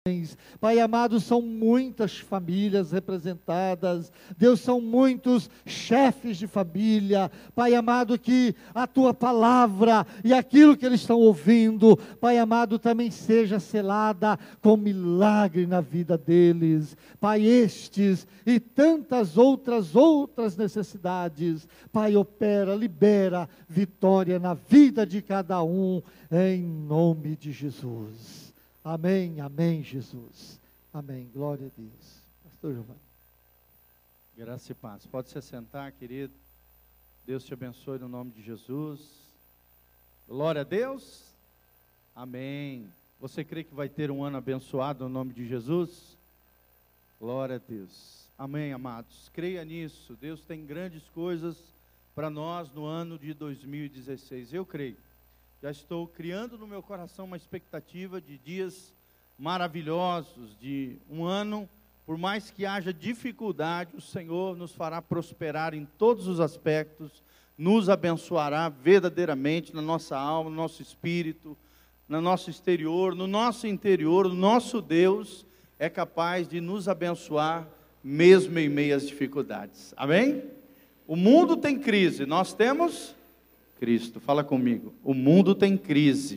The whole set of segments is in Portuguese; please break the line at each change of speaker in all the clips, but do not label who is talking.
Pai amado, são muitas famílias representadas, Deus, são muitos chefes de família, Pai amado, que a Tua palavra e aquilo que eles estão ouvindo, Pai amado, também seja selada com milagre na vida deles, Pai, estes e tantas outras necessidades, Pai, opera, libera vitória na vida de cada um, em nome de Jesus. Amém, amém, Jesus. Amém, glória a Deus. Pastor Giovanni.
Graça e paz. Pode se sentar, querido. Deus te abençoe no nome de Jesus. Glória a Deus. Amém. Você crê que vai ter um ano abençoado no nome de Jesus? Glória a Deus. Amém, amados. Creia nisso. Deus tem grandes coisas para nós no ano de 2016. Eu creio. Já estou criando no meu coração uma expectativa de dias maravilhosos, de um ano, por mais que haja dificuldade, o Senhor nos fará prosperar em todos os aspectos, nos abençoará verdadeiramente na nossa alma, no nosso espírito, no nosso exterior, no nosso interior. O nosso Deus é capaz de nos abençoar mesmo em meio às dificuldades. Amém? O mundo tem crise, nós temos Cristo. Fala comigo. O mundo tem crise,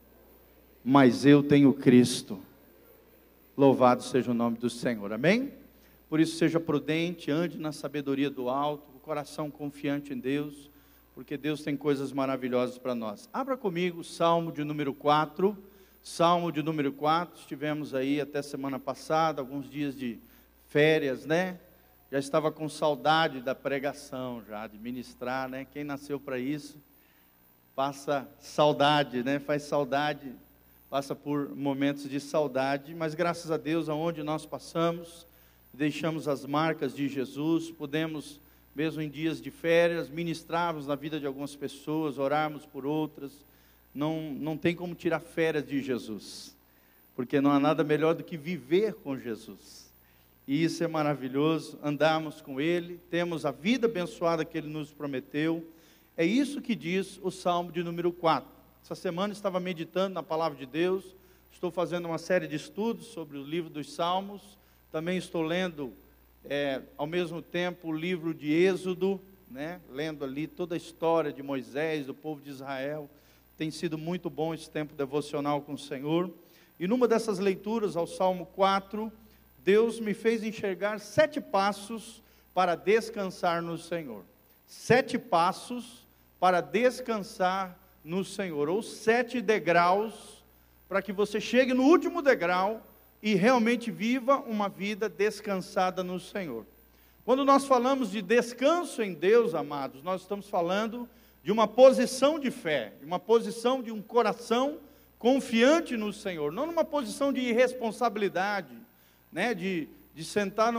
mas eu tenho Cristo. Louvado seja o nome do Senhor. Amém? Por isso seja prudente, ande na sabedoria do alto, o coração confiante em Deus, porque Deus tem coisas maravilhosas para nós. Abra comigo o Salmo de número 4. Salmo de número 4. Estivemos aí até semana passada, alguns dias de férias, né? Já estava com saudade da pregação, já de ministrar, né? Quem nasceu para isso, passa saudade, né? Faz saudade, passa por momentos de saudade, mas graças a Deus, aonde nós passamos, deixamos as marcas de Jesus, podemos, mesmo em dias de férias, ministrarmos na vida de algumas pessoas, orarmos por outras. Não tem como tirar férias de Jesus, porque não há nada melhor do que viver com Jesus. E isso é maravilhoso, andarmos com Ele, temos a vida abençoada que Ele nos prometeu. É isso que diz o Salmo de número 4. Essa semana estava meditando na Palavra de Deus, estou fazendo uma série de estudos sobre o livro dos Salmos, também estou lendo, ao mesmo tempo, o livro de Êxodo, né? Lendo ali toda a história de Moisés, do povo de Israel. Tem sido muito bom esse tempo devocional com o Senhor. E numa dessas leituras, ao Salmo 4, Deus me fez enxergar 7 passos para descansar no Senhor. 7 passos para descansar no Senhor, ou 7 degraus, para que você chegue no último degrau e realmente viva uma vida descansada no Senhor. Quando nós falamos de descanso em Deus, amados, nós estamos falando de uma posição de fé, uma posição de um coração confiante no Senhor, não numa posição de irresponsabilidade, né, de sentar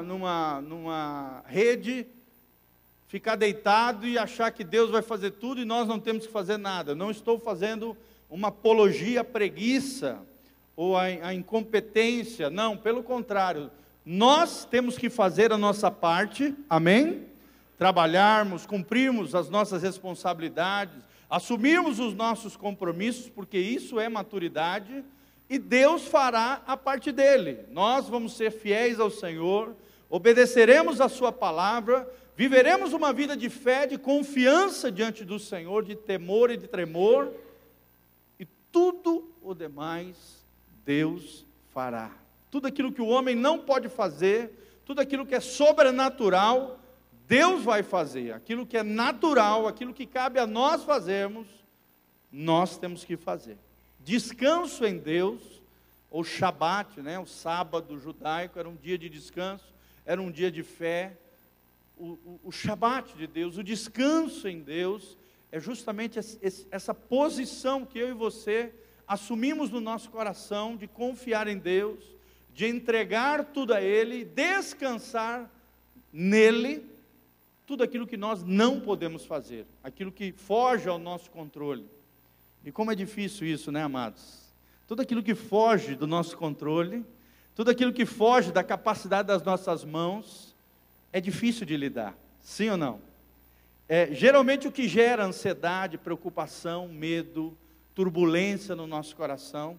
numa rede, ficar deitado e achar que Deus vai fazer tudo e nós não temos que fazer nada. Não estou fazendo uma apologia à preguiça ou à incompetência, não, pelo contrário, nós temos que fazer a nossa parte, amém? Trabalharmos, cumprirmos as nossas responsabilidades, assumirmos os nossos compromissos, porque isso é maturidade, e Deus fará a parte dele. Nós vamos ser fiéis ao Senhor, obedeceremos a sua palavra, viveremos uma vida de fé, de confiança diante do Senhor, de temor e de tremor, e tudo o demais Deus fará. Tudo aquilo que o homem não pode fazer, tudo aquilo que é sobrenatural, Deus vai fazer. Aquilo que é natural, aquilo que cabe a nós fazermos, nós temos que fazer. Descanso em Deus, ou Shabat, né, o sábado judaico, era um dia de descanso, era um dia de fé. O Shabat de Deus, o descanso em Deus, é justamente essa posição que eu e você assumimos no nosso coração, de confiar em Deus, de entregar tudo a Ele, descansar nele, tudo aquilo que nós não podemos fazer, aquilo que foge ao nosso controle. E como é difícil isso, né, amados? Tudo aquilo que foge do nosso controle, tudo aquilo que foge da capacidade das nossas mãos, é difícil de lidar, sim ou não? Geralmente o que gera ansiedade, preocupação, medo, turbulência no nosso coração,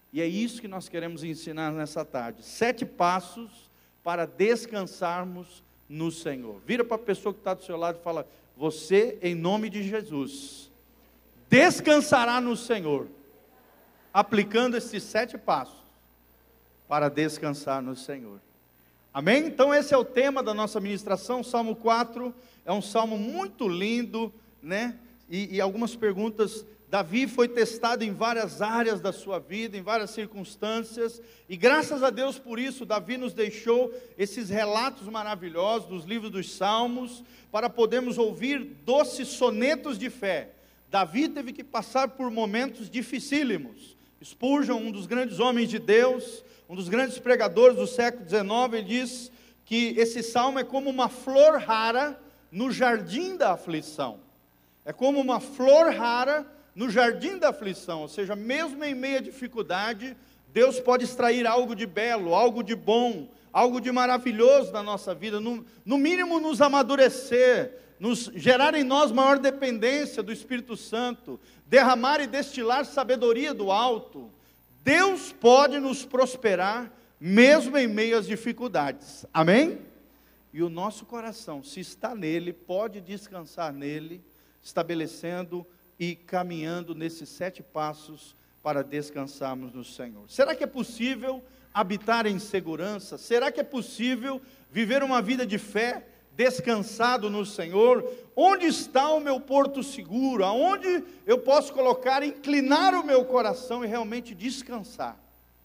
E é isso que nós queremos ensinar nessa tarde. 7 passos para descansarmos no Senhor. Vira para a pessoa que está do seu lado e fala: você, em nome de Jesus, descansará no Senhor, aplicando esses 7 passos para descansar no Senhor. Amém? Então esse é o tema da nossa ministração. Salmo 4 é um salmo muito lindo, né? E algumas perguntas. Davi foi testado em várias áreas da sua vida, em várias circunstâncias, e graças a Deus por isso, Davi nos deixou esses relatos maravilhosos dos livros dos Salmos, para podermos ouvir doces sonetos de fé. Davi teve que passar por momentos dificílimos. Spurgeon, um dos grandes homens de Deus, um dos grandes pregadores do século XIX, ele diz que esse salmo é como uma flor rara no jardim da aflição. É como uma flor rara no jardim da aflição, ou seja, mesmo em meio à dificuldade, Deus pode extrair algo de belo, algo de bom, algo de maravilhoso da nossa vida, no mínimo nos amadurecer, nos gerar em nós maior dependência do Espírito Santo, derramar e destilar sabedoria do alto. Deus pode nos prosperar, mesmo em meio às dificuldades, amém? E o nosso coração, se está nele, pode descansar nele, estabelecendo e caminhando nesses 7 passos para descansarmos no Senhor. Será que é possível habitar em segurança? Será que é possível viver uma vida de fé, descansado no Senhor? Onde está o meu porto seguro? Aonde eu posso colocar, inclinar o meu coração e realmente descansar?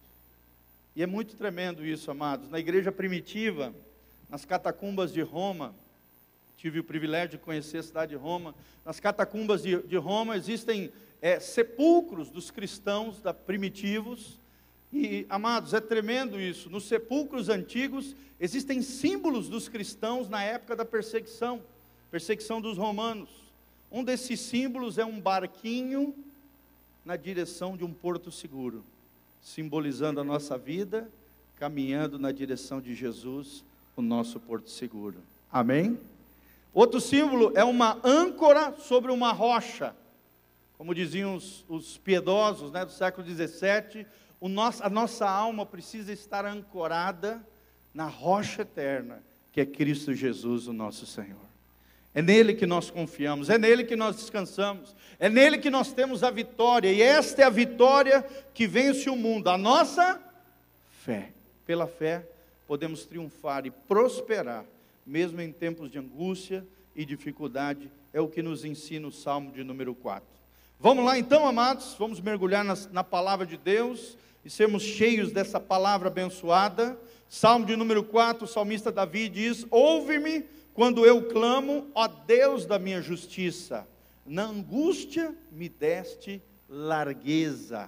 E é muito tremendo isso, amados. Na igreja primitiva, nas catacumbas de Roma, tive o privilégio de conhecer a cidade de Roma. Nas catacumbas de Roma existem sepulcros dos cristãos primitivos. E, amados, é tremendo isso. Nos sepulcros antigos existem símbolos dos cristãos na época da perseguição dos romanos. Um desses símbolos é um barquinho na direção de um porto seguro, simbolizando a nossa vida, caminhando na direção de Jesus, o nosso porto seguro. Amém? Outro símbolo é uma âncora sobre uma rocha, como diziam os piedosos, né, do século XVII, a nossa alma precisa estar ancorada na rocha eterna, que é Cristo Jesus, o nosso Senhor. É nele que nós confiamos, é nele que nós descansamos, é nele que nós temos a vitória, e esta é a vitória que vence o mundo, a nossa fé. Pela fé podemos triunfar e prosperar, mesmo em tempos de angústia e dificuldade. É o que nos ensina o Salmo de número 4. Vamos lá então, amados, vamos mergulhar na palavra de Deus, e sermos cheios dessa palavra abençoada. Salmo de número 4, o salmista Davi diz: ouve-me quando eu clamo, ó Deus da minha justiça, na angústia me deste largueza,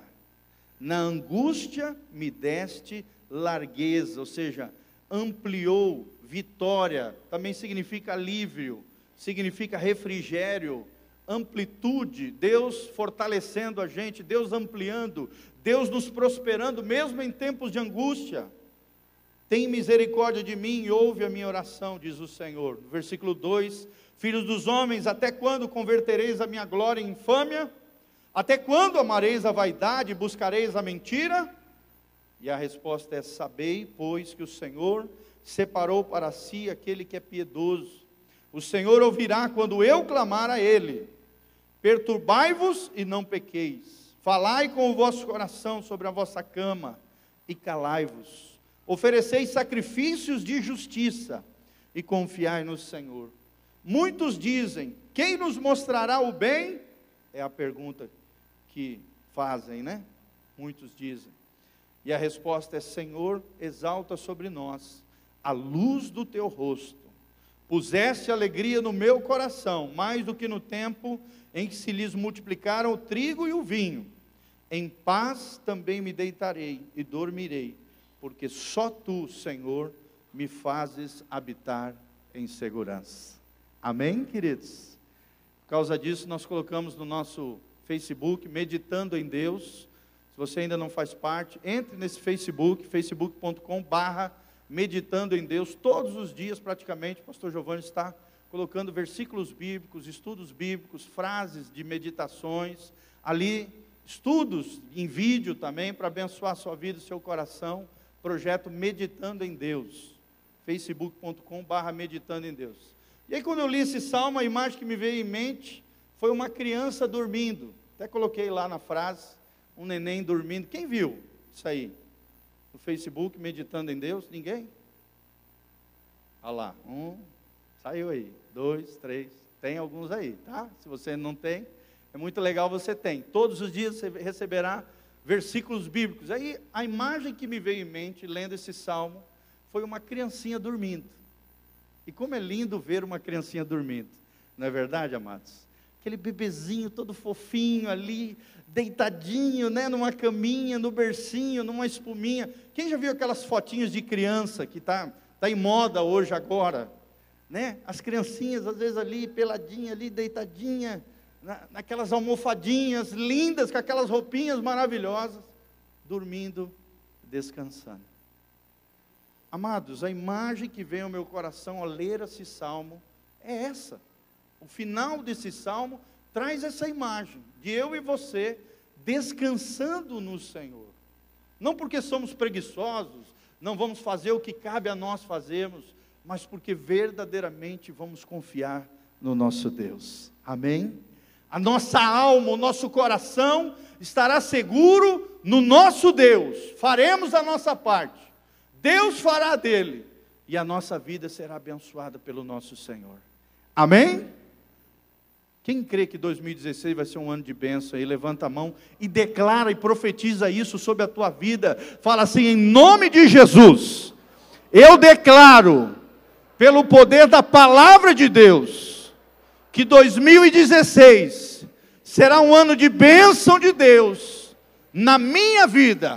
na angústia me deste largueza, ou seja, ampliou. Vitória também significa alívio, significa refrigério, amplitude, Deus fortalecendo a gente, Deus ampliando, Deus nos prosperando, mesmo em tempos de angústia. Tem misericórdia de mim e ouve a minha oração, diz o Senhor. Versículo 2, filhos dos homens, até quando convertereis a minha glória em infâmia? Até quando amareis a vaidade e buscareis a mentira? E a resposta é: sabei, pois, que o Senhor separou para si aquele que é piedoso. O Senhor ouvirá quando eu clamar a Ele. Perturbai-vos e não pequeis. Falai com o vosso coração sobre a vossa cama e calai-vos. Ofereceis sacrifícios de justiça e confiai no Senhor. Muitos dizem: quem nos mostrará o bem? É a pergunta que fazem, né? Muitos dizem. E a resposta é: Senhor, exalta sobre nós a luz do teu rosto. Puseste alegria no meu coração, mais do que no tempo em que se lhes multiplicaram o trigo e o vinho. Em paz também me deitarei e dormirei, porque só tu, Senhor, me fazes habitar em segurança. Amém, queridos? Por causa disso, nós colocamos no nosso Facebook, Meditando em Deus. Se você ainda não faz parte, entre nesse Facebook, facebook.com/Meditando em Deus. Todos os dias, praticamente, o pastor Giovanni está colocando versículos bíblicos, estudos bíblicos, frases de meditações. Ali estudos em vídeo também, para abençoar a sua vida e seu coração. Projeto Meditando em Deus, facebook.com/meditando em Deus. E aí quando eu li esse salmo, a imagem que me veio em mente foi uma criança dormindo. Até coloquei lá na frase, um neném dormindo. Quem viu isso aí? No Facebook, Meditando em Deus? Ninguém? Olha lá, saiu aí, 2, 3, tem alguns aí, tá? Se você não tem, é muito legal você tem. Todos os dias você receberá versículos bíblicos. Aí a imagem que me veio em mente, lendo esse salmo, foi uma criancinha dormindo. E como é lindo ver uma criancinha dormindo, não é verdade, amados? Aquele bebezinho todo fofinho ali, deitadinho, né, numa caminha, no bercinho, numa espuminha. Quem já viu aquelas fotinhas de criança que tá em moda hoje agora, né? As criancinhas às vezes ali, peladinha ali, deitadinha, naquelas almofadinhas lindas, com aquelas roupinhas maravilhosas, dormindo, descansando. Amados, a imagem que vem ao meu coração ao ler esse salmo é essa. O final desse salmo traz essa imagem de eu e você descansando no Senhor. Não porque somos preguiçosos, não vamos fazer o que cabe a nós fazermos, mas porque verdadeiramente vamos confiar no nosso Deus. Amém? A nossa alma, o nosso coração estará seguro no nosso Deus. Faremos a nossa parte. Deus fará dele. E a nossa vida será abençoada pelo nosso Senhor. Amém? Quem crê que 2016 vai ser um ano de bênção aí, levanta a mão e declara e profetiza isso sobre a tua vida. Fala assim, em nome de Jesus, eu declaro, pelo poder da palavra de Deus, que 2016 será um ano de bênção de Deus na minha vida,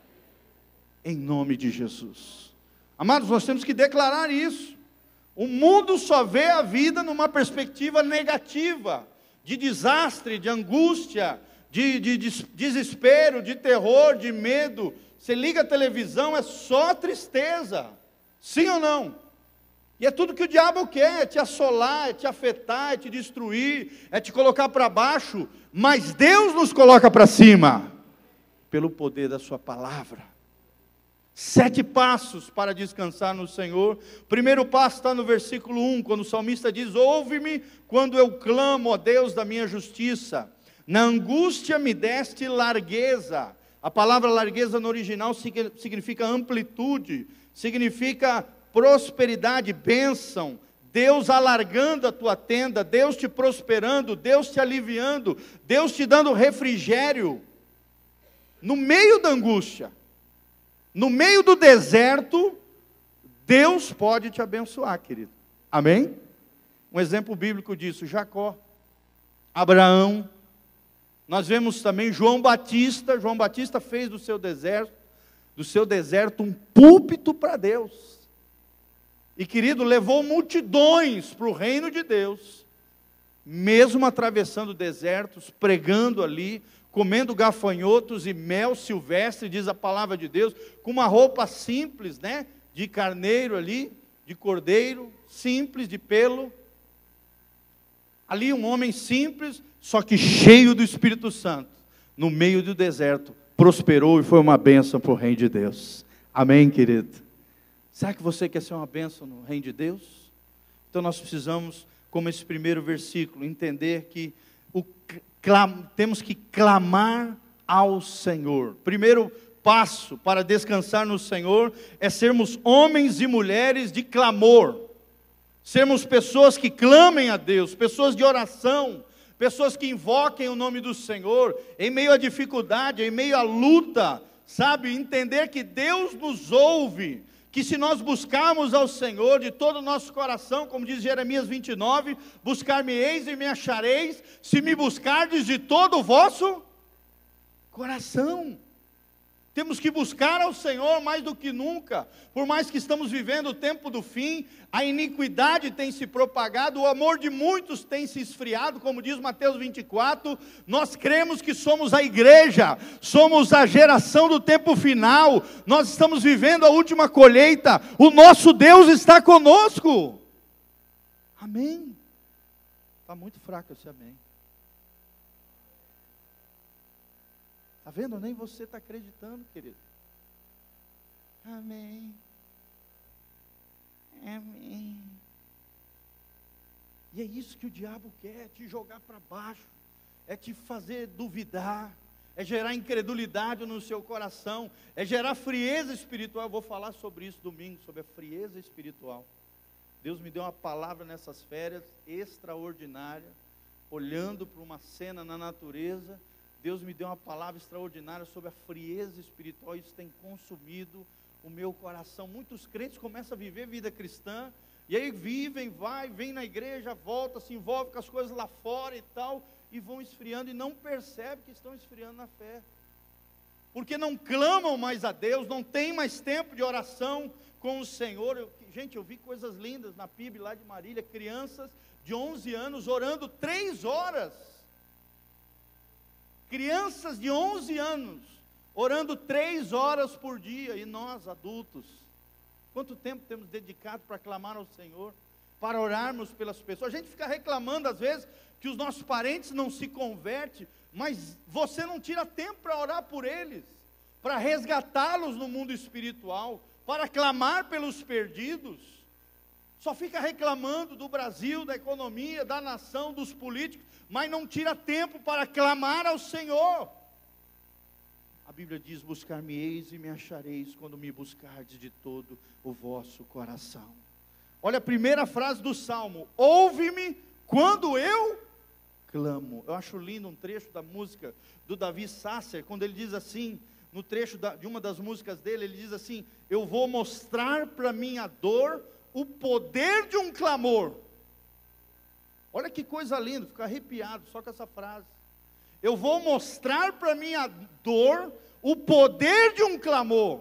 em nome de Jesus. Amados, nós temos que declarar isso. O mundo só vê a vida numa perspectiva negativa, de desastre, de angústia, de desespero, de terror, de medo. Você liga a televisão, é só tristeza. Sim ou não? E é tudo que o diabo quer, é te assolar, é te afetar, é te destruir, é te colocar para baixo. Mas Deus nos coloca para cima, pelo poder da sua palavra. 7 passos para descansar no Senhor. O primeiro passo está no versículo 1, quando o salmista diz, ouve-me quando eu clamo, ó Deus da minha justiça. Na angústia me deste largueza. A palavra largueza no original significa amplitude, significa prosperidade, bênção. Deus alargando a tua tenda, Deus te prosperando, Deus te aliviando, Deus te dando refrigério. No meio da angústia, no meio do deserto, Deus pode te abençoar, querido. Amém? Um exemplo bíblico disso, Jacó, Abraão. Nós vemos também João Batista. João Batista fez do seu deserto um púlpito para Deus. E, querido, levou multidões para o reino de Deus, mesmo atravessando desertos, pregando ali, comendo gafanhotos e mel silvestre, diz a palavra de Deus, com uma roupa simples, né? De carneiro ali, de cordeiro, simples, de pelo. Ali um homem simples, só que cheio do Espírito Santo, no meio do deserto, prosperou e foi uma bênção para o reino de Deus. Amém, querido? Será que você quer ser uma bênção no reino de Deus? Então nós precisamos, como esse primeiro versículo, entender que temos que clamar ao Senhor. Primeiro passo para descansar no Senhor é sermos homens e mulheres de clamor. Sermos pessoas que clamem a Deus, pessoas de oração, pessoas que invoquem o nome do Senhor, em meio à dificuldade, em meio à luta, sabe? Entender que Deus nos ouve, que se nós buscarmos ao Senhor de todo o nosso coração, como diz Jeremias 29, buscar-me-eis e me achareis, se me buscardes de todo o vosso coração. Temos que buscar ao Senhor mais do que nunca, por mais que estamos vivendo o tempo do fim, a iniquidade tem se propagado, o amor de muitos tem se esfriado, como diz Mateus 24, nós cremos que somos a igreja, somos a geração do tempo final, nós estamos vivendo a última colheita, o nosso Deus está conosco. Amém? Está muito fraco esse amém. Está vendo? Nem você está acreditando, querido. Amém. Amém. E é isso que o diabo quer, te jogar para baixo, é te fazer duvidar, é gerar incredulidade no seu coração, é gerar frieza espiritual. Eu vou falar sobre isso domingo, sobre a frieza espiritual. Deus me deu uma palavra nessas férias extraordinária, olhando para uma cena na natureza. Deus me deu uma palavra extraordinária sobre a frieza espiritual. Isso tem consumido o meu coração. Muitos crentes começam a viver vida cristã, e aí vivem, vem na igreja, volta, se envolve com as coisas lá fora e tal, e vão esfriando, e não percebem que estão esfriando na fé, porque não clamam mais a Deus, não tem mais tempo de oração com o Senhor. Gente, eu vi coisas lindas na PIB lá de Marília, crianças de 11 anos orando 3 horas, crianças de 11 anos, orando 3 horas por dia, e nós adultos, quanto tempo temos dedicado para clamar ao Senhor, para orarmos pelas pessoas? A gente fica reclamando às vezes que os nossos parentes não se convertem, mas você não tira tempo para orar por eles, para resgatá-los no mundo espiritual, para clamar pelos perdidos. Só fica reclamando do Brasil, da economia, da nação, dos políticos, mas não tira tempo para clamar ao Senhor. A Bíblia diz: buscar-me-eis e me achareis, quando me buscardes de todo o vosso coração. Olha a primeira frase do Salmo: ouve-me quando eu clamo. Eu acho lindo um trecho da música do Davi Sasser, quando ele diz assim, no trecho de uma das músicas dele, ele diz assim: eu vou mostrar para minha dor o poder de um clamor. Olha que coisa linda, fica arrepiado só com essa frase. Eu vou mostrar para minha dor o poder de um clamor.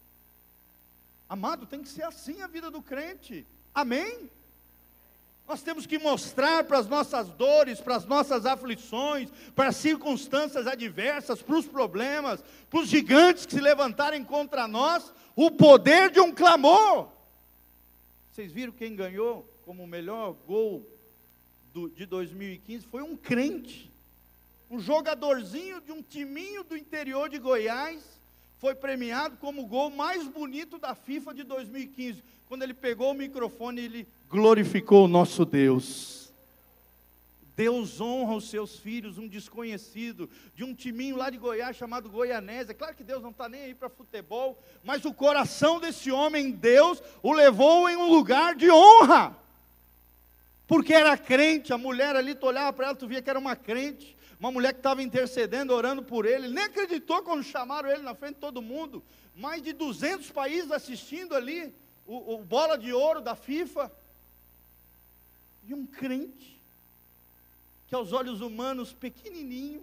Amado, tem que ser assim a vida do crente. Amém? Nós temos que mostrar para as nossas dores, para as nossas aflições, para as circunstâncias adversas, para os problemas, para os gigantes que se levantarem contra nós, o poder de um clamor. Vocês viram quem ganhou como o melhor gol de 2015? Foi um crente. Um jogadorzinho de um timinho do interior de Goiás, foi premiado como o gol mais bonito da FIFA de 2015. Quando ele pegou o microfone, ele glorificou o nosso Deus. Deus honra os seus filhos, um desconhecido, de um timinho lá de Goiás, chamado Goianésia. Claro que Deus não está nem aí para futebol, mas o coração desse homem, Deus, o levou em um lugar de honra, porque era crente. A mulher ali, tu olhava para ela, tu via que era uma crente, uma mulher que estava intercedendo, orando por ele. Ele nem acreditou quando chamaram ele na frente de todo mundo. Mais de 200 países assistindo ali, o bola de ouro da FIFA. E um crente, que aos olhos humanos pequenininho,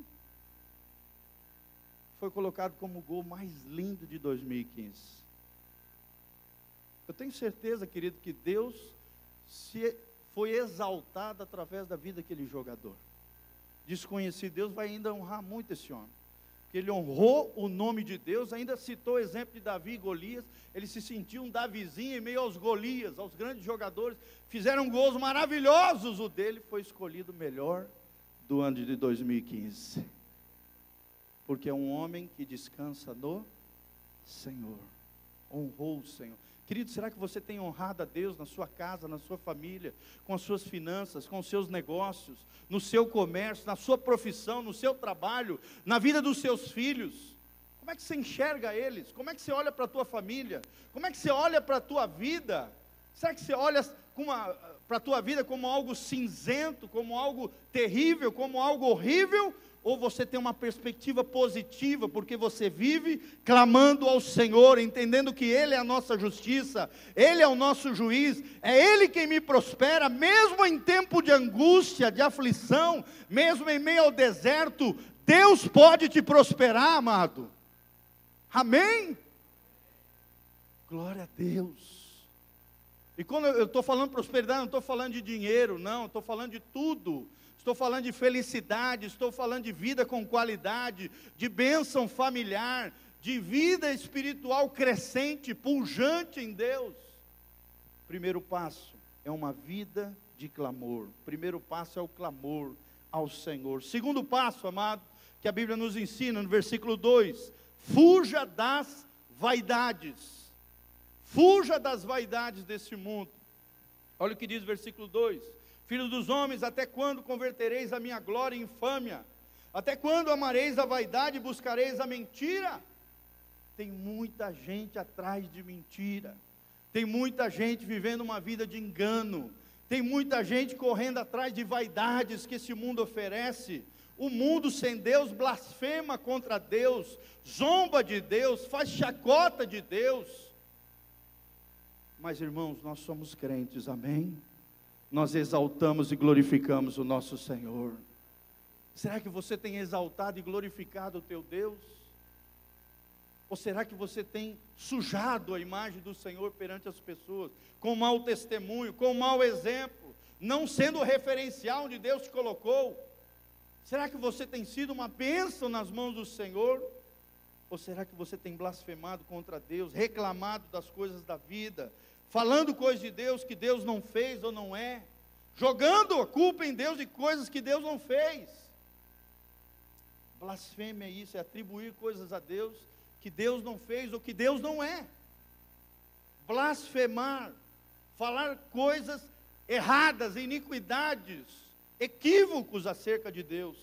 foi colocado como o gol mais lindo de 2015. Eu tenho certeza, querido, que Deus foi exaltado através da vida daquele jogador. Desconhecido, Deus vai ainda honrar muito esse homem, porque ele honrou o nome de Deus. Ainda citou o exemplo de Davi e Golias. Ele se sentiu um Davizinho em meio aos Golias, aos grandes jogadores, fizeram gols maravilhosos. O dele foi escolhido o melhor do ano de 2015, porque é um homem que descansa no Senhor, honrou o Senhor. Querido, será que você tem honrado a Deus na sua casa, na sua família, com as suas finanças, com os seus negócios, no seu comércio, na sua profissão, no seu trabalho, na vida dos seus filhos? Como é que você enxerga eles? Como é que você olha para a tua família? Como é que você olha para a tua vida? Será que você olha para a tua vida como algo cinzento, como algo terrível, como algo horrível? Ou você tem uma perspectiva positiva, porque você vive clamando ao Senhor, entendendo que Ele é a nossa justiça, Ele é o nosso juiz, é Ele quem me prospera, mesmo em tempo de angústia, de aflição, mesmo em meio ao deserto, Deus pode te prosperar, amado. Amém? Glória a Deus. E quando eu estou falando prosperidade, não estou falando de dinheiro, não, estou falando de tudo. Estou falando de felicidade, estou falando de vida com qualidade, de bênção familiar, de vida espiritual crescente, pujante em Deus. Primeiro passo é uma vida de clamor. Primeiro passo é o clamor ao Senhor. Segundo passo, amado, que a Bíblia nos ensina no versículo 2: fuja das vaidades. Fuja das vaidades desse mundo. Olha o que diz o versículo 2: filhos dos homens, até quando convertereis a minha glória em infâmia? Até quando amareis a vaidade e buscareis a mentira? Tem muita gente atrás de mentira. Tem muita gente vivendo uma vida de engano. Tem muita gente correndo atrás de vaidades que esse mundo oferece. O mundo sem Deus blasfema contra Deus, zomba de Deus, faz chacota de Deus. Mas, irmãos, nós somos crentes, amém? Nós exaltamos e glorificamos o nosso Senhor. Será que você tem exaltado e glorificado o teu Deus? Ou será que você tem sujado a imagem do Senhor perante as pessoas, com mau testemunho, com mau exemplo, não sendo o referencial onde Deus te colocou? Será que você tem sido uma bênção nas mãos do Senhor? Ou será que você tem blasfemado contra Deus, reclamado das coisas da vida, falando coisas de Deus que Deus não fez ou não é, jogando a culpa em Deus de coisas que Deus não fez? Blasfêmia é isso, é atribuir coisas a Deus que Deus não fez ou que Deus não é. Blasfemar, falar coisas erradas, iniquidades, equívocos acerca de Deus.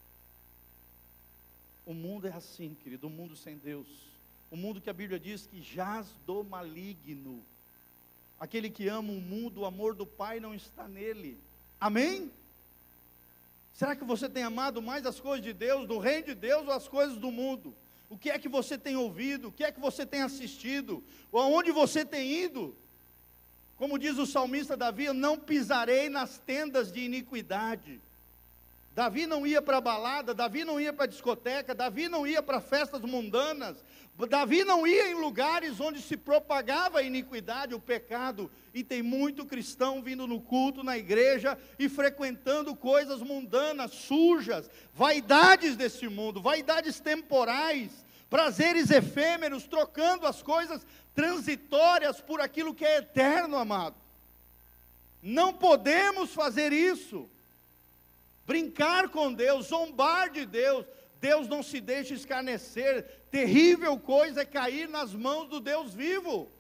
O mundo é assim, querido, o mundo sem Deus, o mundo que a Bíblia diz que jaz do maligno. Aquele que ama o mundo, o amor do Pai não está nele. Amém? Será que você tem amado mais as coisas de Deus, do reino de Deus, ou as coisas do mundo? O que é que você tem ouvido? O que é que você tem assistido? Ou aonde você tem ido? Como diz o salmista Davi: eu não pisarei nas tendas de iniquidade. Davi não ia para a balada, Davi não ia para a discoteca, Davi não ia para festas mundanas, Davi não ia em lugares onde se propagava a iniquidade, o pecado. E tem muito cristão vindo no culto, na igreja, e frequentando coisas mundanas, sujas, vaidades desse mundo, vaidades temporais, prazeres efêmeros, trocando as coisas transitórias por aquilo que é eterno, amado. Não podemos fazer isso. Brincar com Deus, zombar de Deus. Deus não se deixa escarnecer. Terrível coisa é cair nas mãos do Deus vivo.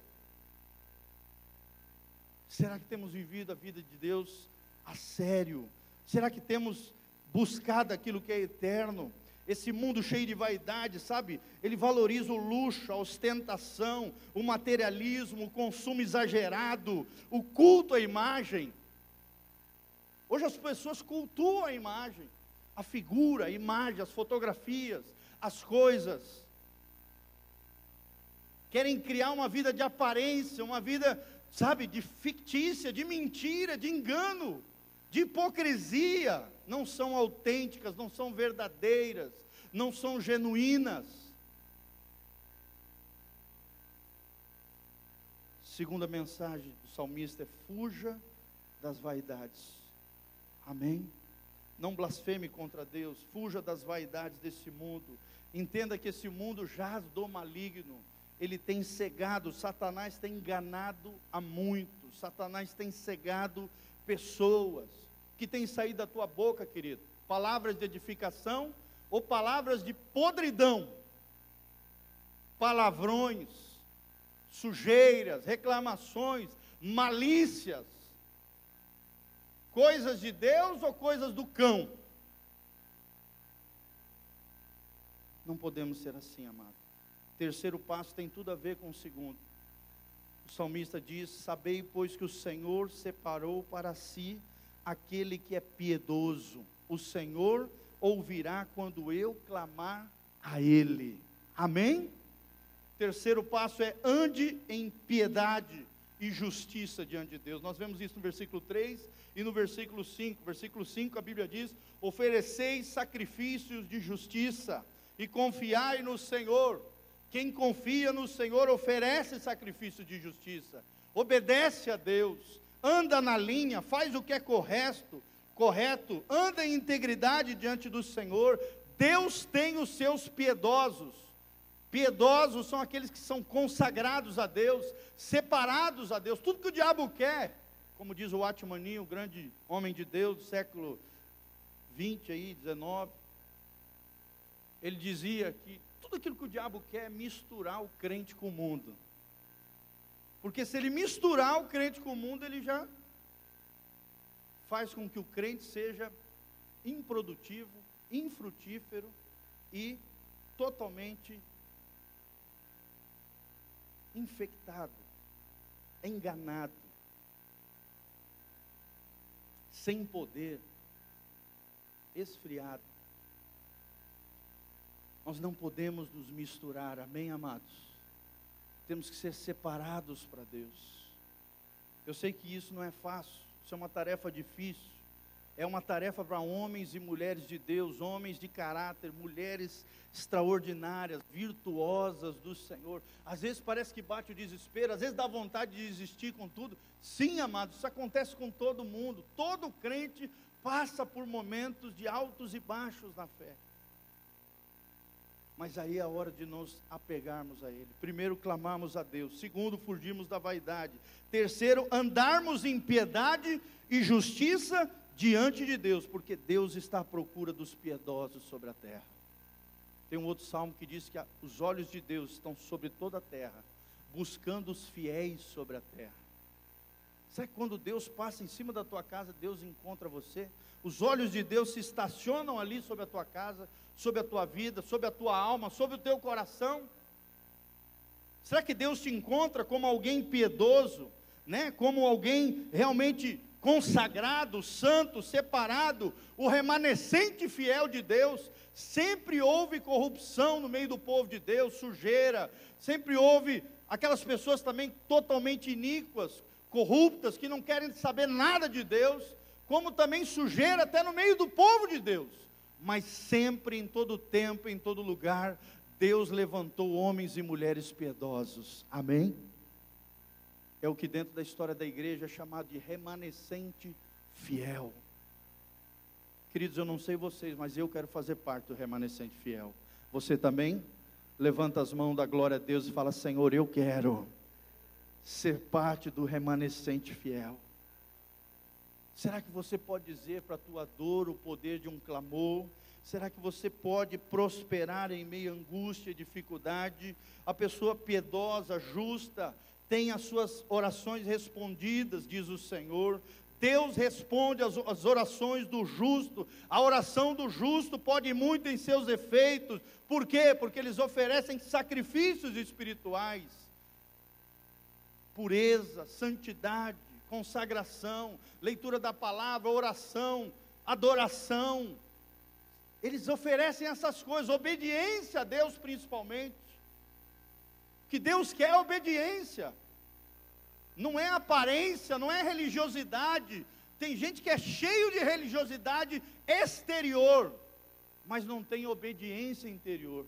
Será que temos vivido a vida de Deus a sério? Será que temos buscado aquilo que é eterno? Esse mundo cheio de vaidade, sabe? Ele valoriza o luxo, a ostentação, o materialismo, o consumo exagerado, o culto à imagem. Hoje as pessoas cultuam a imagem, a figura, a imagem, as fotografias, as coisas. Querem criar uma vida de aparência, uma vida, sabe, de fictícia, de mentira, de engano, de hipocrisia. Não são autênticas, não são verdadeiras, não são genuínas. Segunda mensagem do salmista é: fuja das vaidades. Amém? Não blasfeme contra Deus, fuja das vaidades desse mundo. Entenda que esse mundo jaz do maligno. Ele tem cegado, Satanás tem enganado a muitos. Satanás tem cegado pessoas. Que tem saído da tua boca, querido? Palavras de edificação ou palavras de podridão? Palavrões, sujeiras, reclamações, malícias. Coisas de Deus ou coisas do cão? Não podemos ser assim, amado. Terceiro passo tem tudo a ver com o segundo. O salmista diz: sabei, pois, que o Senhor separou para si aquele que é piedoso. O Senhor ouvirá quando eu clamar a Ele. Amém? Terceiro passo é: ande em piedade e justiça diante de Deus. Nós vemos isso no versículo 3 e no versículo 5. Versículo 5 a Bíblia diz: ofereceis sacrifícios de justiça e confiai no Senhor. Quem confia no Senhor oferece sacrifício de justiça, obedece a Deus, anda na linha, faz o que é correto, anda em integridade diante do Senhor. Deus tem os seus piedosos. Piedosos são aqueles que são consagrados a Deus, separados a Deus. Tudo que o diabo quer, como diz o Watchman, o grande homem de Deus do século 20 aí, 19, ele dizia que tudo aquilo que o diabo quer é misturar o crente com o mundo. Porque se ele misturar o crente com o mundo, ele já faz com que o crente seja improdutivo, infrutífero e totalmente infectado, enganado, sem poder, esfriado. Nós não podemos nos misturar, amém, amados? Temos que ser separados para Deus. Eu sei que isso não é fácil, isso é uma tarefa difícil. É uma tarefa para homens e mulheres de Deus, homens de caráter, mulheres extraordinárias, virtuosas do Senhor. Às vezes parece que bate o desespero, às vezes dá vontade de desistir com tudo. Sim, amados, isso acontece com todo mundo. Todo crente passa por momentos de altos e baixos na fé. Mas aí é a hora de nos apegarmos a Ele. Primeiro, clamarmos a Deus. Segundo, fugirmos da vaidade. Terceiro, andarmos em piedade e justiça diante de Deus, porque Deus está à procura dos piedosos sobre a terra. Tem um outro salmo que diz que os olhos de Deus estão sobre toda a terra, buscando os fiéis sobre a terra. Sabe quando Deus passa em cima da tua casa, Deus encontra você? Os olhos de Deus se estacionam ali sobre a tua casa, sobre a tua vida, sobre a tua alma, sobre o teu coração. Será que Deus te encontra como alguém piedoso, né? Como alguém realmente consagrado, santo, separado, o remanescente fiel de Deus? Sempre houve corrupção no meio do povo de Deus, sujeira, sempre houve aquelas pessoas também totalmente iníquas, corruptas, que não querem saber nada de Deus, como também sujeira até no meio do povo de Deus. Mas sempre, em todo tempo, em todo lugar, Deus levantou homens e mulheres piedosos, amém? É o que dentro da história da igreja é chamado de remanescente fiel. Queridos, eu não sei vocês, mas eu quero fazer parte do remanescente fiel. Você também? Levanta as mãos da glória a Deus e fala: Senhor, eu quero ser parte do remanescente fiel. Será que você pode dizer para a tua dor o poder de um clamor? Será que você pode prosperar em meio à angústia e dificuldade? A pessoa piedosa, justa, tem as suas orações respondidas, diz o Senhor. Deus responde as orações do justo. A oração do justo pode muito em seus efeitos. Por quê? Porque eles oferecem sacrifícios espirituais. Pureza, santidade, consagração, leitura da palavra, oração, adoração. Eles oferecem essas coisas, obediência a Deus principalmente. Que Deus quer obediência. Não é aparência, não é religiosidade. Tem gente que é cheio de religiosidade exterior, mas não tem obediência interior.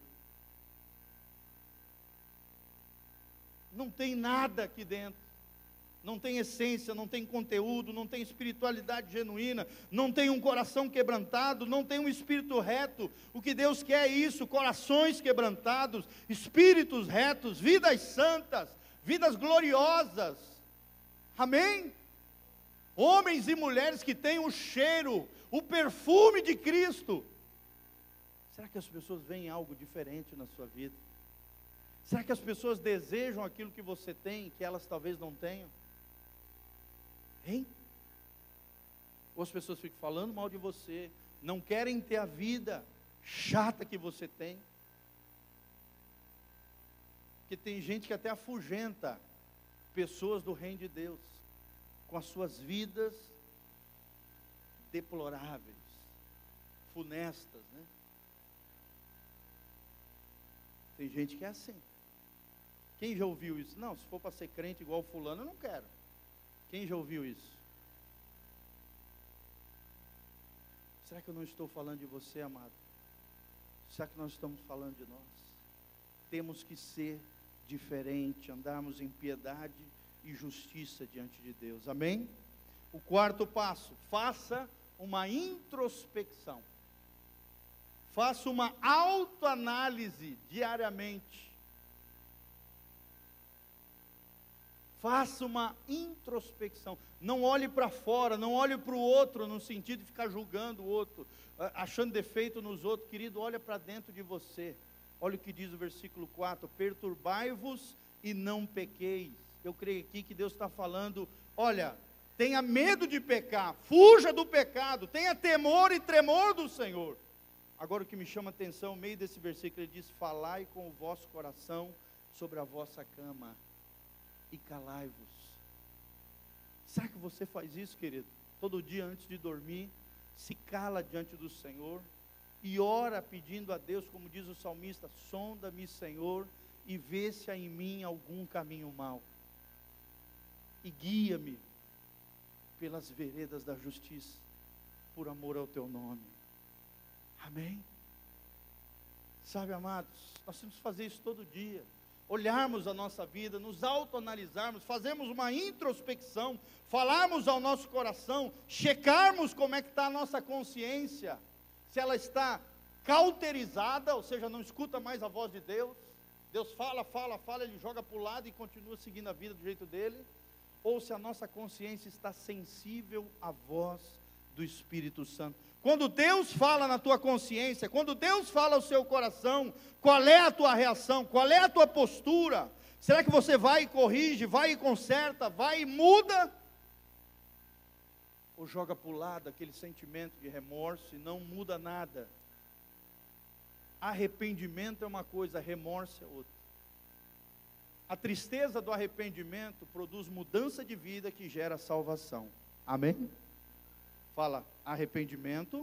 Não tem nada aqui dentro. Não tem essência, não tem conteúdo, não tem espiritualidade genuína, não tem um coração quebrantado, não tem um espírito reto. O que Deus quer é isso: corações quebrantados, espíritos retos, vidas santas, vidas gloriosas. Amém? Homens e mulheres que têm o cheiro, o perfume de Cristo. Será que as pessoas veem algo diferente na sua vida? Será que as pessoas desejam aquilo que você tem, que elas talvez não tenham? Hein? Ou as pessoas ficam falando mal de você, não querem ter a vida chata que você tem. Porque tem gente que até afugenta pessoas do reino de Deus, com as suas vidas deploráveis, funestas, né? Tem gente que é assim. Quem já ouviu isso? Não, se for para ser crente igual fulano, eu não quero. Quem já ouviu isso? Será que eu não estou falando de você, amado? Será que nós estamos falando de nós? Temos que ser diferente, andarmos em piedade e justiça diante de Deus, amém? O quarto passo: faça uma introspecção. Faça uma autoanálise diariamente. Faça uma introspecção. Não olhe para fora, não olhe para o outro no sentido de ficar julgando o outro, achando defeito nos outros. Querido, olha para dentro de você. Olha o que diz o versículo 4: perturbai-vos e não pequeis. Eu creio aqui que Deus está falando, olha, tenha medo de pecar, fuja do pecado, tenha temor e tremor do Senhor. Agora o que me chama a atenção, no meio desse versículo, ele diz: falai com o vosso coração sobre a vossa cama e calai-vos. Será que você faz isso, querido? Todo dia antes de dormir, se cala diante do Senhor e ora pedindo a Deus, como diz o salmista: sonda-me, Senhor, e vê se há em mim algum caminho mau, e guia-me pelas veredas da justiça, por amor ao teu nome. Amém? Sabe, amados, nós temos que fazer isso todo dia. Olharmos a nossa vida, nos autoanalisarmos, fazermos uma introspecção, falarmos ao nosso coração, checarmos como é que está a nossa consciência, se ela está cauterizada, ou seja, não escuta mais a voz de Deus. Deus fala, ele joga para o lado e continua seguindo a vida do jeito dele, ou se a nossa consciência está sensível à voz do Espírito Santo. Quando Deus fala na tua consciência, quando Deus fala ao seu coração, qual é a tua reação, qual é a tua postura? Será que você vai e corrige, vai e conserta, vai e muda? Ou joga para o lado aquele sentimento de remorso e não muda nada? Arrependimento é uma coisa, remorso é outra. A tristeza do arrependimento produz mudança de vida que gera salvação. Amém? Fala, arrependimento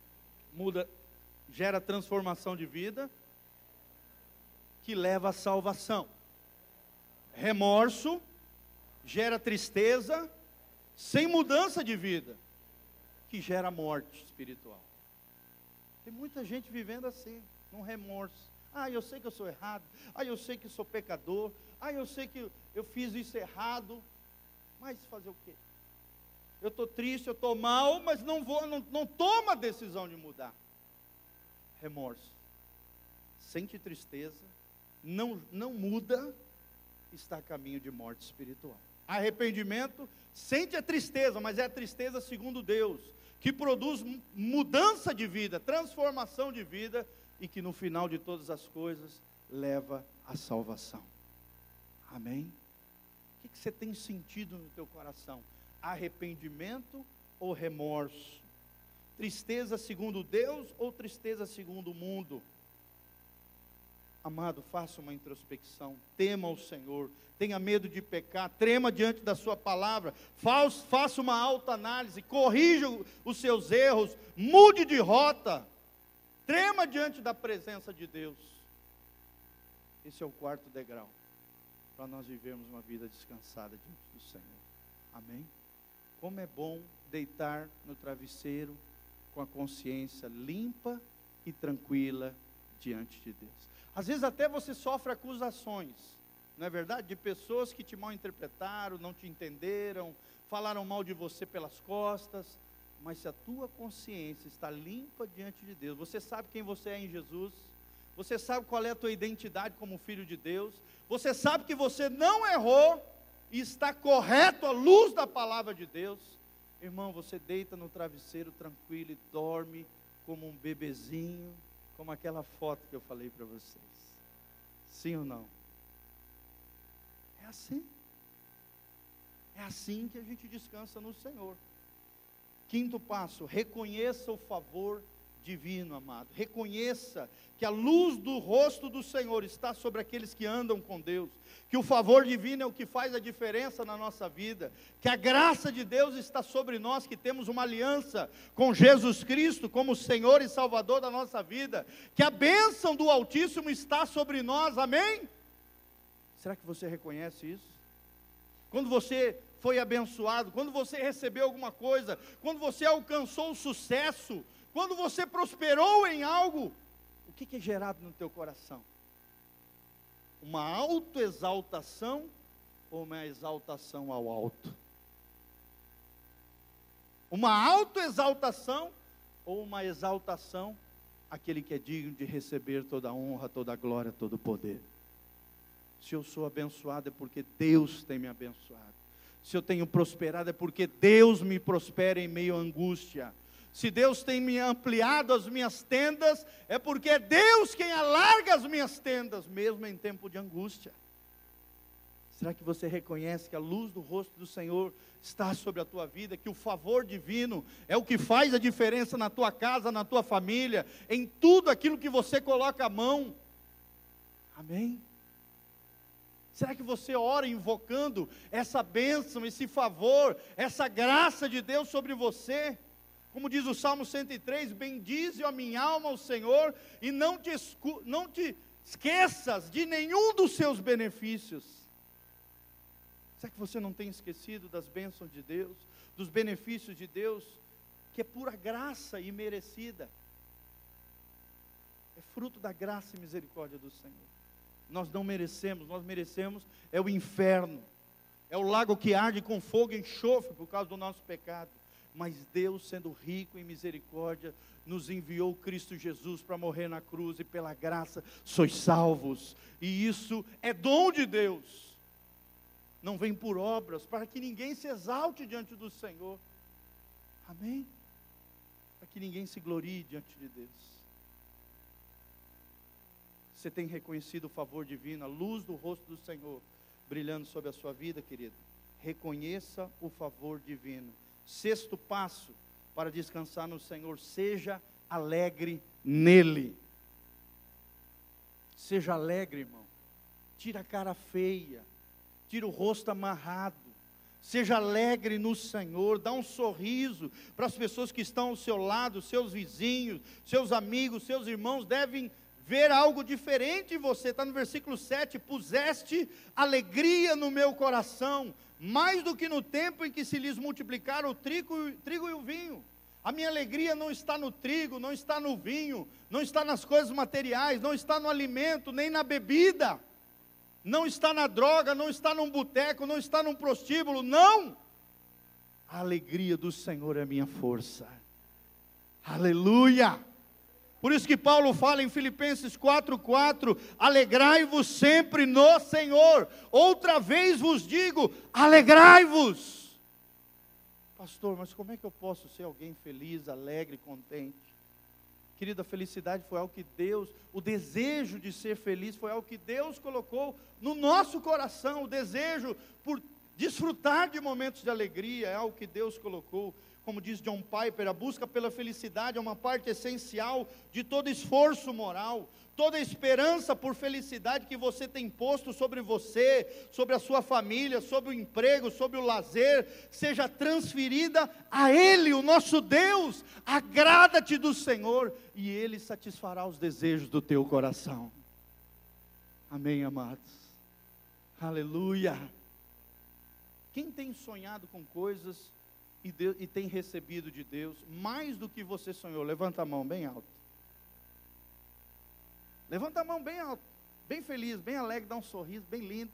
gera transformação de vida que leva à salvação. Remorso gera tristeza sem mudança de vida que gera morte espiritual. Tem muita gente vivendo assim, num remorso. Eu sei que eu sou errado, eu sei que eu sou pecador, eu sei que eu fiz isso errado, mas fazer o quê? Eu estou triste, eu estou mal, mas não toma a decisão de mudar. Remorso. Sente tristeza, não muda, está a caminho de morte espiritual. Arrependimento, sente a tristeza, mas é a tristeza segundo Deus, que produz mudança de vida, transformação de vida, e que no final de todas as coisas, leva à salvação. Amém? O que você tem sentido no teu coração? Arrependimento ou remorso? Tristeza segundo Deus ou tristeza segundo o mundo? Amado, faça uma introspecção, tema o Senhor, tenha medo de pecar, trema diante da sua palavra, faça uma autoanálise, corrija os seus erros, mude de rota, trema diante da presença de Deus. Esse é o quarto degrau, para nós vivermos uma vida descansada diante do Senhor. Amém? Como é bom deitar no travesseiro com a consciência limpa e tranquila diante de Deus. Às vezes até você sofre acusações, não é verdade? De pessoas que te mal interpretaram, não te entenderam, falaram mal de você pelas costas, mas se a tua consciência está limpa diante de Deus, você sabe quem você é em Jesus, você sabe qual é a tua identidade como filho de Deus, você sabe que você não errou, e está correto à luz da palavra de Deus, irmão, você deita no travesseiro tranquilo e dorme como um bebezinho, como aquela foto que eu falei para vocês. Sim ou não? É assim. É assim que a gente descansa no Senhor. Quinto passo, reconheça o favor divino, amado. Reconheça que a luz do rosto do Senhor está sobre aqueles que andam com Deus, que o favor divino é o que faz a diferença na nossa vida, que a graça de Deus está sobre nós, que temos uma aliança com Jesus Cristo como Senhor e Salvador da nossa vida, que a bênção do Altíssimo está sobre nós, amém? Será que você reconhece isso? Quando você foi abençoado, quando você recebeu alguma coisa, quando você alcançou o sucesso, quando você prosperou em algo, o que é gerado no teu coração? Uma autoexaltação ou uma exaltação ao alto? Uma autoexaltação ou uma exaltação àquele que é digno de receber toda a honra, toda a glória, todo o poder? Se eu sou abençoado é porque Deus tem me abençoado. Se eu tenho prosperado é porque Deus me prospera em meio à angústia. Se Deus tem me ampliado as minhas tendas, é porque é Deus quem alarga as minhas tendas, mesmo em tempo de angústia. Será que você reconhece que a luz do rosto do Senhor está sobre a tua vida, que o favor divino é o que faz a diferença na tua casa, na tua família, em tudo aquilo que você coloca a mão? Amém? Será que você ora invocando essa bênção, esse favor, essa graça de Deus sobre você? Como diz o Salmo 103, bendize a minha alma ao Senhor, e não te esqueças de nenhum dos seus benefícios. Será que você não tem esquecido das bênçãos de Deus, dos benefícios de Deus, que é pura graça imerecida? É fruto da graça e misericórdia do Senhor. Nós não merecemos, nós merecemos é o inferno, é o lago que arde com fogo e enxofre por causa do nosso pecado. Mas Deus, sendo rico em misericórdia, nos enviou Cristo Jesus para morrer na cruz, e pela graça sois salvos, e isso é dom de Deus, não vem por obras, para que ninguém se exalte diante do Senhor. Amém? Para que ninguém se glorie diante de Deus. Você tem reconhecido o favor divino, a luz do rosto do Senhor brilhando sobre a sua vida, querido? Reconheça o favor divino. Sexto passo para descansar no Senhor: seja alegre nele. Seja alegre, irmão. Tira a cara feia, tira o rosto amarrado. Seja alegre no Senhor, dá um sorriso para as pessoas que estão ao seu lado, seus vizinhos, seus amigos, seus irmãos devem ver algo diferente em você. Está no versículo 7, puseste alegria no meu coração, mais do que no tempo em que se lhes multiplicaram o trigo e o vinho. A minha alegria não está no trigo, não está no vinho, não está nas coisas materiais, não está no alimento, nem na bebida, não está na droga, não está num boteco, não está num prostíbulo, não. A alegria do Senhor é a minha força. Aleluia! Por isso que Paulo fala em Filipenses 4:4, alegrai-vos sempre no Senhor. Outra vez vos digo, alegrai-vos. Pastor, mas como é que eu posso ser alguém feliz, alegre, contente? Querida, a felicidade foi algo que Deus, o desejo de ser feliz foi algo que Deus colocou no nosso coração. O desejo por desfrutar de momentos de alegria é algo que Deus colocou. Como diz John Piper, a busca pela felicidade é uma parte essencial de todo esforço moral. Toda esperança por felicidade que você tem posto sobre você, sobre a sua família, sobre o emprego, sobre o lazer, seja transferida a Ele, o nosso Deus. Agrada-te do Senhor e Ele satisfará os desejos do teu coração. Amém, amados? Aleluia! Quem tem sonhado com coisas e tem recebido de Deus mais do que você sonhou? Levanta a mão bem alto. Levanta a mão bem alto, bem feliz, bem alegre, dá um sorriso bem lindo.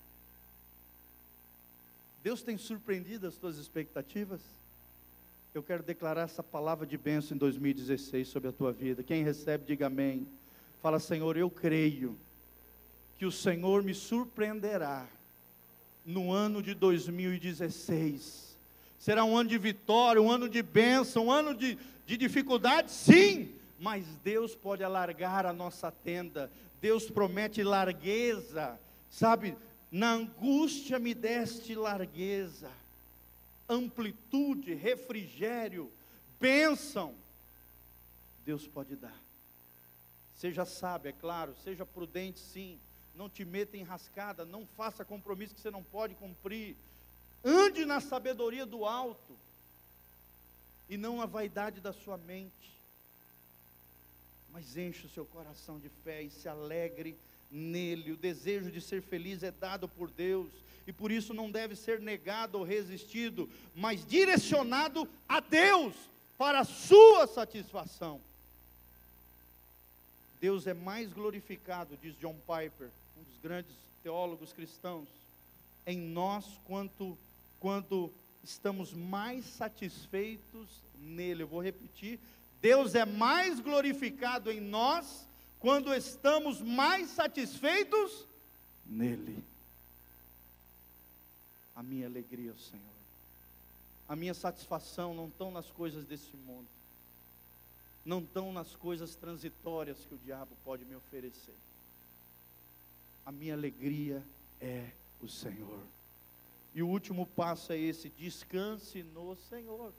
Deus tem surpreendido as tuas expectativas? Eu quero declarar essa palavra de bênção em 2016 sobre a tua vida. Quem recebe, diga amém. Fala: Senhor, eu creio que o Senhor me surpreenderá no ano de 2016. Será um ano de vitória, um ano de bênção, um ano de dificuldade? Sim, mas Deus pode alargar a nossa tenda. Deus promete largueza, sabe? Na angústia me deste largueza, amplitude, refrigério, bênção. Deus pode dar. Seja sábio, é claro, seja prudente, sim. Não te meta em rascada, não faça compromisso que você não pode cumprir. Ande na sabedoria do alto, e não a vaidade da sua mente. Mas enche o seu coração de fé e se alegre nele. O desejo de ser feliz é dado por Deus, e por isso não deve ser negado ou resistido, mas direcionado a Deus, para a sua satisfação. Deus é mais glorificado, diz John Piper, um dos grandes teólogos cristãos, em nós quando estamos mais satisfeitos nele. Eu vou repetir: Deus é mais glorificado em nós quando estamos mais satisfeitos nele. A minha alegria, Senhor, a minha satisfação não estão nas coisas desse mundo, não estão nas coisas transitórias que o diabo pode me oferecer. A minha alegria é o Senhor. E o último passo é esse: descanse no Senhor.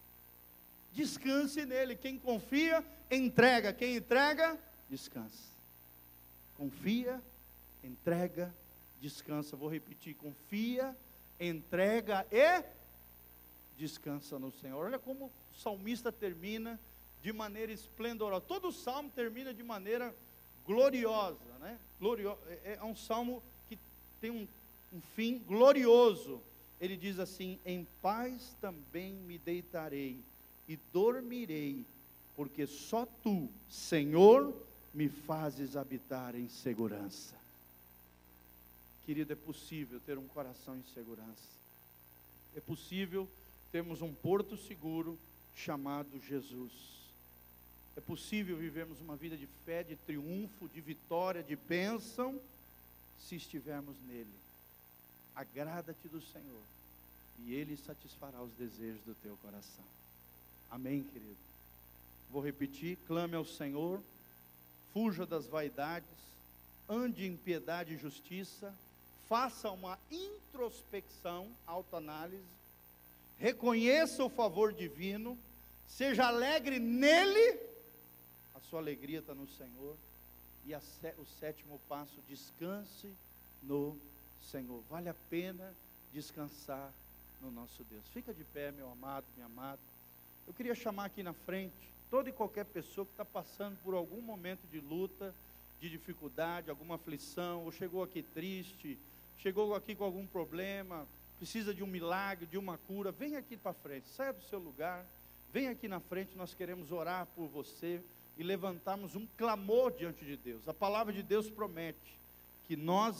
Descanse nele. Quem confia, entrega. Quem entrega, descansa. Confia, entrega, descansa. Vou repetir: confia, entrega e descansa no Senhor. Olha como o salmista termina de maneira esplendorosa. Todo o salmo termina de maneira gloriosa, né? É um salmo que tem um fim glorioso. Ele diz assim: em paz também me deitarei e dormirei, porque só tu, Senhor, me fazes habitar em segurança. Querido, é possível ter um coração em segurança. É possível termos um porto seguro chamado Jesus. É possível vivermos uma vida de fé, de triunfo, de vitória, de bênção, se estivermos nele. Agrada-te do Senhor, e Ele satisfará os desejos do teu coração. Amém, querido? Vou repetir: clame ao Senhor, fuja das vaidades, ande em piedade e justiça, faça uma introspecção, autoanálise, reconheça o favor divino, seja alegre nele. A sua alegria está no Senhor. E o sétimo passo: descanse no Senhor. Vale a pena descansar no nosso Deus. Fica de pé, meu amado, minha amada. Eu queria chamar aqui na frente toda e qualquer pessoa que está passando por algum momento de luta, de dificuldade, alguma aflição, ou chegou aqui triste, chegou aqui com algum problema, precisa de um milagre, de uma cura. Vem aqui para frente, saia do seu lugar, vem aqui na frente. Nós queremos orar por você e levantarmos um clamor diante de Deus. A palavra de Deus promete que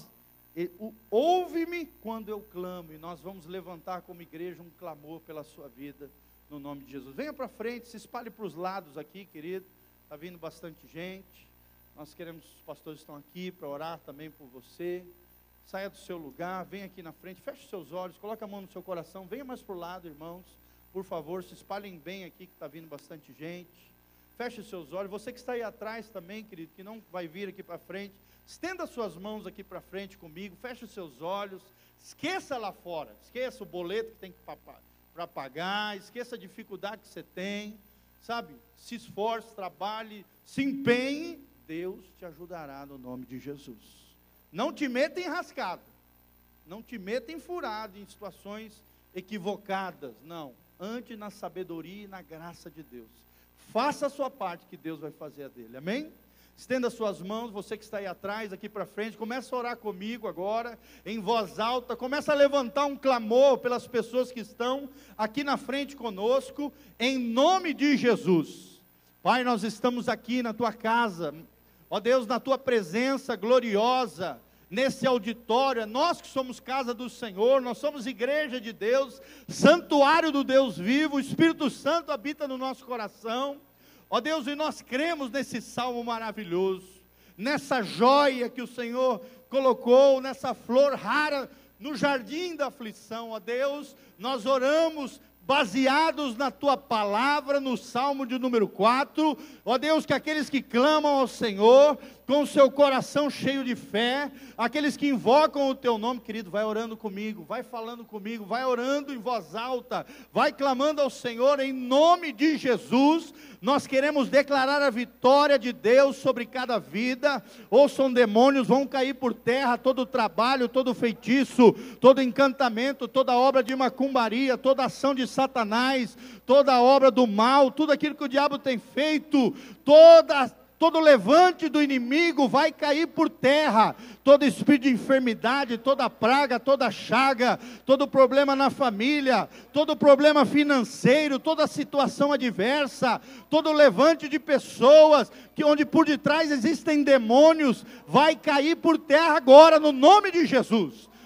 ouve-me quando eu clamo, e nós vamos levantar como igreja um clamor pela sua vida, no nome de Jesus. Venha para frente, se espalhe para os lados aqui, querido. Está vindo bastante gente. Nós queremos, os pastores estão aqui para orar também por você. Saia do seu lugar, venha aqui na frente, feche os seus olhos, coloque a mão no seu coração, venha mais para o lado, irmãos, por favor, se espalhem bem aqui, que está vindo bastante gente. Feche os seus olhos. Você que está aí atrás também, querido, que não vai vir aqui para frente, estenda suas mãos aqui para frente comigo, feche os seus olhos, esqueça lá fora, esqueça o boleto que tem para pagar, esqueça a dificuldade que você tem, sabe? Se esforce, trabalhe, se empenhe, Deus te ajudará no nome de Jesus. Não te meta em rascado, não te meta em furado, em situações equivocadas, não. Ande na sabedoria e na graça de Deus. Faça a sua parte, que Deus vai fazer a dele, amém? Estenda suas mãos, você que está aí atrás, aqui para frente, começa a orar comigo agora, em voz alta, começa a levantar um clamor pelas pessoas que estão aqui na frente conosco, em nome de Jesus. Pai, nós estamos aqui na tua casa, ó Deus, na tua presença gloriosa, nesse auditório, nós que somos casa do Senhor, nós somos igreja de Deus, santuário do Deus vivo, o Espírito Santo habita no nosso coração. Ó Deus, e nós cremos nesse salmo maravilhoso, nessa joia que o Senhor colocou, nessa flor rara no jardim da aflição. Ó Deus, nós oramos baseados na tua palavra, no salmo de número 4, ó Deus, que aqueles que clamam ao Senhor, com o seu coração cheio de fé, aqueles que invocam o teu nome, querido, vai orando comigo, vai falando comigo, vai orando em voz alta, vai clamando ao Senhor em nome de Jesus. Nós queremos declarar a vitória de Deus sobre cada vida. Ouçam, demônios vão cair por terra, todo trabalho, todo feitiço, todo encantamento, toda obra de macumbaria, toda ação de Satanás, toda obra do mal, tudo aquilo que o diabo tem feito, todo levante do inimigo vai cair por terra. Todo espírito de enfermidade, toda praga, toda chaga, todo problema na família, todo problema financeiro, toda situação adversa, todo levante de pessoas, onde por detrás existem demônios, vai cair por terra agora, no nome de Jesus.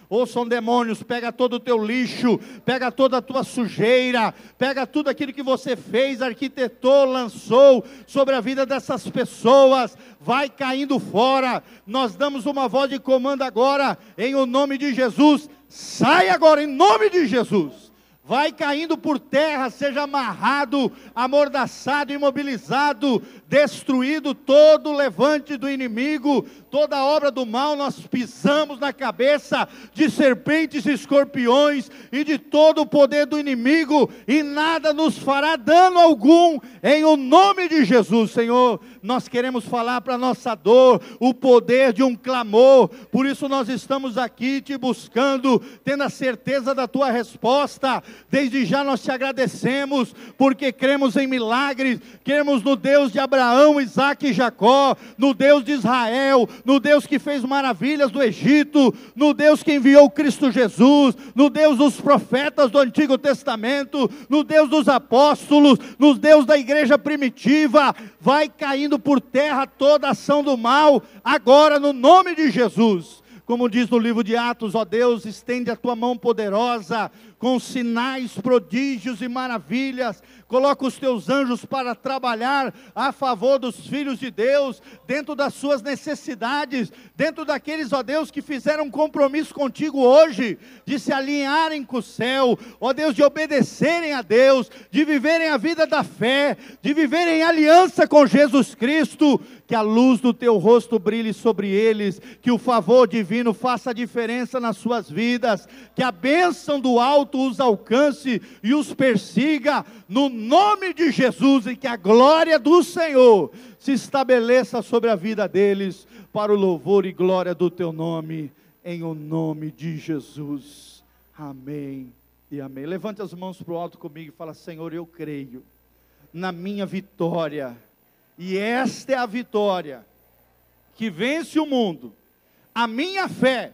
Ouçam demônios, pega todo o teu lixo, pega toda a tua sujeira, pega tudo aquilo que você fez, arquitetou, lançou sobre a vida dessas pessoas, vai caindo fora. Nós damos uma voz de comando agora, em o nome de Jesus, sai agora em nome de Jesus. Vai caindo por terra, seja amarrado, amordaçado, imobilizado, destruído todo o levante do inimigo, toda obra do mal. Nós pisamos na cabeça de serpentes e escorpiões e de todo o poder do inimigo, e nada nos fará dano algum, em o nome de Jesus. Senhor, nós queremos falar para a nossa dor, o poder de um clamor, por isso nós estamos aqui te buscando, tendo a certeza da tua resposta. Desde já nós te agradecemos, porque cremos em milagres, cremos no Deus de Abraão, Isaque e Jacó, no Deus de Israel, no Deus que fez maravilhas do Egito, no Deus que enviou Cristo Jesus, no Deus dos profetas do Antigo Testamento, no Deus dos apóstolos, no Deus da igreja primitiva. Vai caindo por terra toda ação do mal, agora no nome de Jesus. Como diz no livro de Atos, ó Deus, estende a tua mão poderosa, com sinais, prodígios e maravilhas, coloca os teus anjos para trabalhar a favor dos filhos de Deus, dentro das suas necessidades, dentro daqueles, ó Deus, que fizeram um compromisso contigo hoje, de se alinharem com o céu, ó Deus, de obedecerem a Deus, de viverem a vida da fé, de viverem em aliança com Jesus Cristo. Que a luz do teu rosto brilhe sobre eles, que o favor divino faça a diferença nas suas vidas, que a bênção do alto os alcance e os persiga, no nome de Jesus, e que a glória do Senhor se estabeleça sobre a vida deles, para o louvor e glória do teu nome, em o nome de Jesus. Amém e amém. Levante as mãos para o alto comigo e fala: Senhor, eu creio na minha vitória. E esta é a vitória que vence o mundo, a minha fé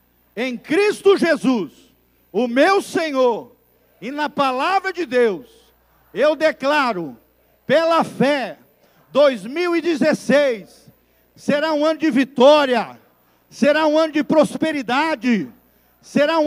em Cristo Jesus, o meu Senhor, e na palavra de Deus. Eu declaro, pela fé, 2016 será um ano de vitória, será um ano de prosperidade, será um